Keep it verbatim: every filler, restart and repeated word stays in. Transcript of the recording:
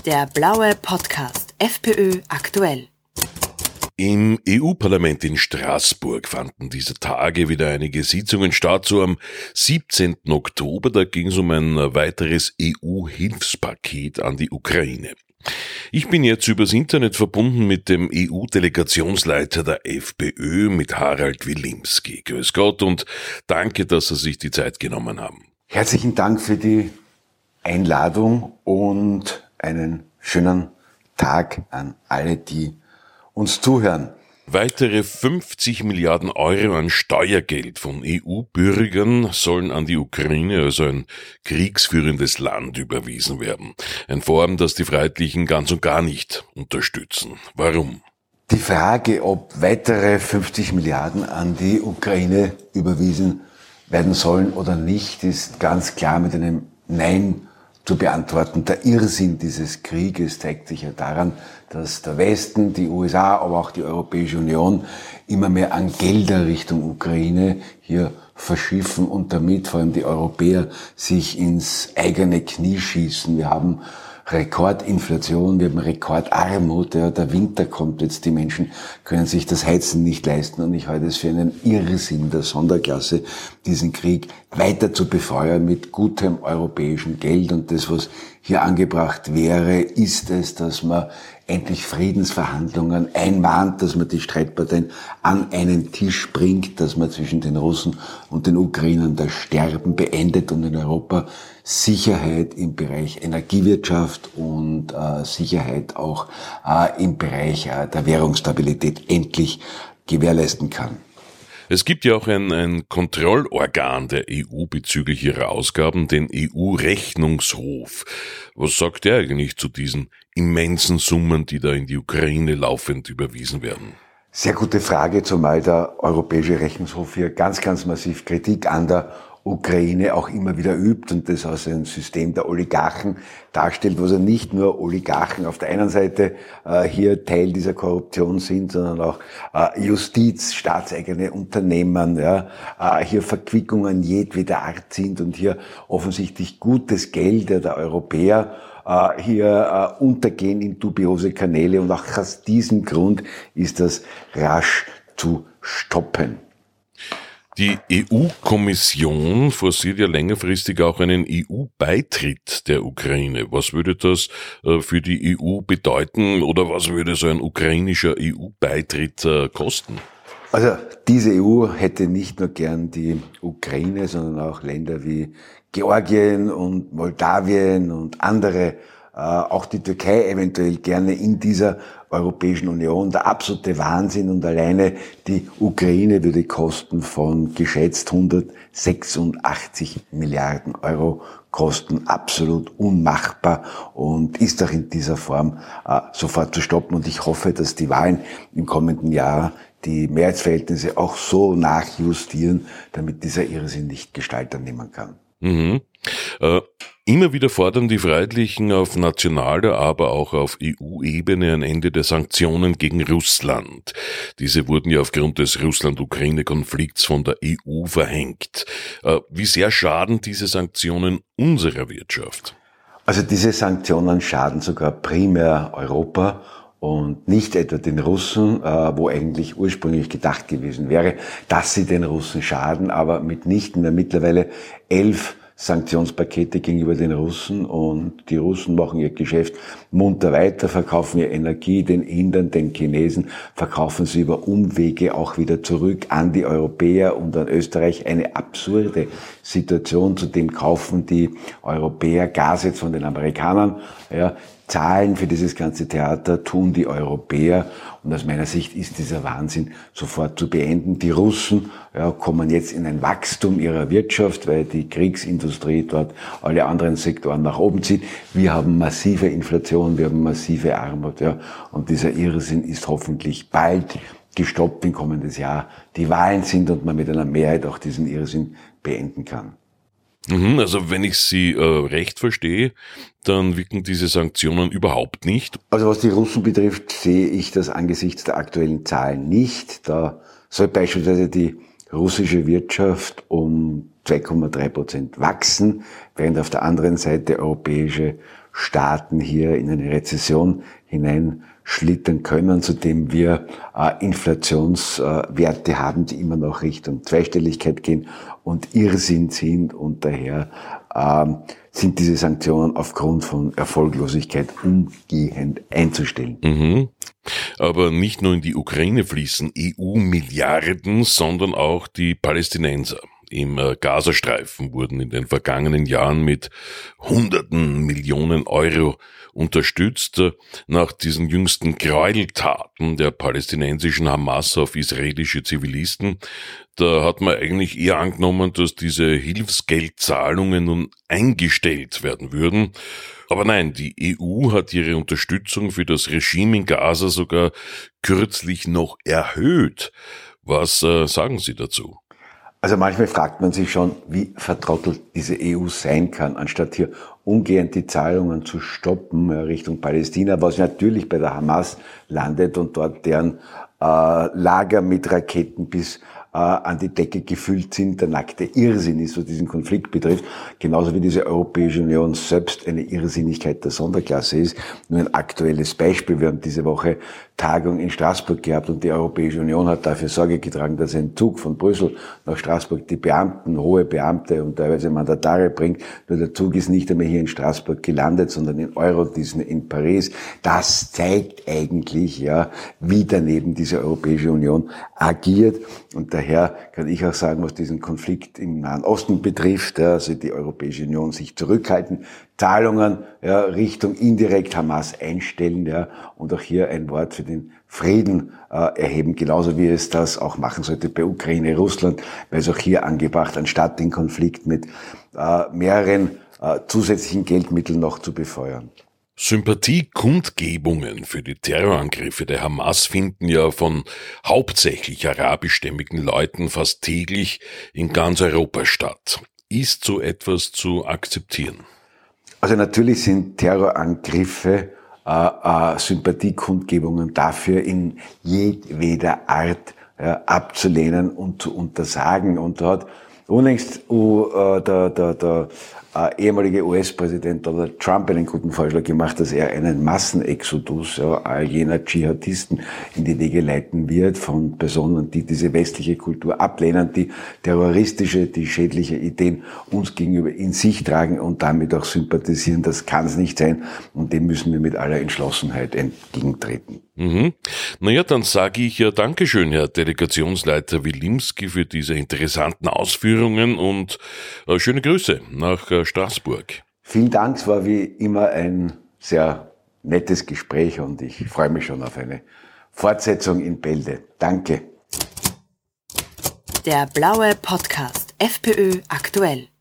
Der blaue Podcast FPÖ aktuell. Im E U-Parlament in Straßburg fanden dieser Tage wieder einige Sitzungen statt. So am siebzehnten Oktober, da ging es um ein weiteres E U-Hilfspaket an die Ukraine. Ich bin jetzt übers Internet verbunden mit dem E U-Delegationsleiter der FPÖ, mit Harald Wilimski. Grüß Gott und danke, dass Sie sich die Zeit genommen haben. Herzlichen Dank für die Einladung und einen schönen Tag an alle, die uns zuhören. Weitere fünfzig Milliarden Euro an Steuergeld von E U-Bürgern sollen an die Ukraine, also ein kriegsführendes Land, überwiesen werden. Ein Vorhaben, das die Freiheitlichen ganz und gar nicht unterstützen. Warum? Die Frage, ob weitere fünfzig Milliarden an die Ukraine überwiesen werden sollen oder nicht, ist ganz klar mit einem Nein zu beantworten. Der Irrsinn dieses Krieges zeigt sich ja daran, dass der Westen, die U S A, aber auch die Europäische Union immer mehr an Gelder Richtung Ukraine hier verschiffen und damit vor allem die Europäer sich ins eigene Knie schießen. Wir haben Rekordinflation, wir haben Rekordarmut, ja, der Winter kommt jetzt, die Menschen können sich das Heizen nicht leisten und ich halte es für einen Irrsinn der Sonderklasse, diesen Krieg weiter zu befeuern mit gutem europäischen Geld. Und das, was hier angebracht wäre, ist es, dass man endlich Friedensverhandlungen einmahnt, dass man die Streitparteien an einen Tisch bringt, dass man zwischen den Russen und den Ukrainern das Sterben beendet und in Europa Sicherheit im Bereich Energiewirtschaft und äh, Sicherheit auch äh, im Bereich äh, der Währungsstabilität endlich gewährleisten kann. Es gibt ja auch ein, ein Kontrollorgan der E U bezüglich ihrer Ausgaben, den E U-Rechnungshof. Was sagt der eigentlich zu diesen immensen Summen, die da in die Ukraine laufend überwiesen werden? Sehr gute Frage, zumal der Europäische Rechnungshof hier ganz, ganz massiv Kritik an der Ukraine auch immer wieder übt und das als ein System der Oligarchen darstellt, wo also nicht nur Oligarchen auf der einen Seite äh, hier Teil dieser Korruption sind, sondern auch äh, Justiz, staatseigene Unternehmen, ja, äh, hier Verquickungen jedweder Art sind und hier offensichtlich gutes Geld ja, der Europäer äh, hier äh, untergehen in dubiose Kanäle und auch aus diesem Grund ist das rasch zu stoppen. Die E U-Kommission forciert ja längerfristig auch einen E U-Beitritt der Ukraine. Was würde das äh, für die E U bedeuten oder was würde so ein ukrainischer E U-Beitritt äh, kosten? Also diese E U hätte nicht nur gern die Ukraine, sondern auch Länder wie Georgien und Moldawien und andere, äh, auch die Türkei eventuell gerne in dieser Europäischen Union. Der absolute Wahnsinn und alleine die Ukraine würde Kosten von geschätzt hundertsechsundachtzig Milliarden Euro kosten. Absolut unmachbar und ist auch in dieser Form äh, sofort zu stoppen. Und ich hoffe, dass die Wahlen im kommenden Jahr die Mehrheitsverhältnisse auch so nachjustieren, damit dieser Irrsinn nicht Gestalt annehmen kann. Mhm. Äh, immer wieder fordern die Freiheitlichen auf nationaler, aber auch auf E U-Ebene ein Ende der Sanktionen gegen Russland. Diese wurden ja aufgrund des Russland-Ukraine-Konflikts von der E U verhängt. Äh, wie sehr schaden diese Sanktionen unserer Wirtschaft? Also diese Sanktionen schaden sogar primär Europa und nicht etwa den Russen, äh, wo eigentlich ursprünglich gedacht gewesen wäre, dass sie den Russen schaden, aber mitnichten mehr mittlerweile elf Sanktionspakete gegenüber den Russen und die Russen machen ihr Geschäft munter weiter, verkaufen ihre Energie den Indern, den Chinesen, verkaufen sie über Umwege auch wieder zurück an die Europäer und an Österreich. Eine absurde Situation. Zudem kaufen die Europäer Gas jetzt von den Amerikanern, ja, zahlen für dieses ganze Theater, tun die Europäer. Und aus meiner Sicht ist dieser Wahnsinn sofort zu beenden. Die Russen ja, kommen jetzt in ein Wachstum ihrer Wirtschaft, weil die Kriegsindustrie dort alle anderen Sektoren nach oben zieht. Wir haben massive Inflation, wir haben massive Armut. Ja, und dieser Irrsinn ist hoffentlich bald gestoppt im kommendes Jahr. Die Wahlen sind und man mit einer Mehrheit auch diesen Irrsinn beenden kann. Also wenn ich Sie äh, recht verstehe, dann wirken diese Sanktionen überhaupt nicht. Also was die Russen betrifft, sehe ich das angesichts der aktuellen Zahlen nicht. Da soll beispielsweise die russische Wirtschaft um zwei Komma drei Prozent wachsen, während auf der anderen Seite europäische Staaten hier in eine Rezession hineinschlittern können, zudem wir äh, Inflationswerte äh, haben, die immer noch Richtung Zweistelligkeit gehen und Irrsinn sind, und daher äh, sind diese Sanktionen aufgrund von Erfolglosigkeit umgehend einzustellen. Mhm. Aber nicht nur in die Ukraine fließen E U-Milliarden, sondern auch die Palästinenser. Im Gazastreifen wurden in den vergangenen Jahren mit hunderten Millionen Euro unterstützt. Nach diesen jüngsten Gräueltaten der palästinensischen Hamas auf israelische Zivilisten, da hat man eigentlich eher angenommen, dass diese Hilfsgeldzahlungen nun eingestellt werden würden. Aber nein, die E U hat ihre Unterstützung für das Regime in Gaza sogar kürzlich noch erhöht. Was äh, sagen Sie dazu? Also manchmal fragt man sich schon, wie vertrottelt diese E U sein kann, anstatt hier umgehend die Zahlungen zu stoppen Richtung Palästina, was natürlich bei der Hamas landet und dort deren äh, Lager mit Raketen bis äh, an die Decke gefüllt sind. Der nackte Irrsinn ist, was diesen Konflikt betrifft, genauso wie diese Europäische Union selbst eine Irrsinnigkeit der Sonderklasse ist. Nur ein aktuelles Beispiel: Wir haben diese Woche Tagung in Straßburg gehabt und die Europäische Union hat dafür Sorge getragen, dass ein Zug von Brüssel nach Straßburg die Beamten, hohe Beamte und teilweise Mandatare bringt. Nur der Zug ist nicht einmal hier in Straßburg gelandet, sondern in Eurodisney in Paris. Das zeigt eigentlich, ja, wie daneben diese Europäische Union agiert. Und daher kann ich auch sagen, was diesen Konflikt im Nahen Osten betrifft, ja, also die Europäische Union sich zurückhalten, Zahlungen ja, Richtung indirekt Hamas einstellen, ja, und auch hier ein Wort für den Frieden äh, erheben, genauso wie es das auch machen sollte bei Ukraine, Russland, weil es auch hier angebracht, anstatt den Konflikt mit äh, mehreren äh, zusätzlichen Geldmitteln noch zu befeuern. Sympathiekundgebungen für die Terrorangriffe der Hamas finden ja von hauptsächlich arabischstämmigen Leuten fast täglich in ganz Europa statt. Ist so etwas zu akzeptieren? Also natürlich sind Terrorangriffe, äh, äh, Sympathiekundgebungen dafür in jedweder Art äh, abzulehnen und zu untersagen. Und da hat unlängst uh, äh, der, der, der äh, ehemalige U S-Präsident Donald Trump einen guten Vorschlag gemacht, dass er einen Massenexodus ja, all jener Dschihadisten in die Wege leiten wird von Personen, die diese westliche Kultur ablehnen, die terroristische, die schädliche Ideen uns gegenüber in sich tragen und damit auch sympathisieren. Das kann es nicht sein und dem müssen wir mit aller Entschlossenheit entgegentreten. Mhm. Naja, dann sage ich ja Dankeschön, Herr Delegationsleiter Wilimski, für diese interessanten Ausführungen und äh, schöne Grüße nach äh, Straßburg. Vielen Dank, es war wie immer ein sehr nettes Gespräch und ich freue mich schon auf eine Fortsetzung in Bälde. Danke. Der blaue Podcast F P Ö aktuell.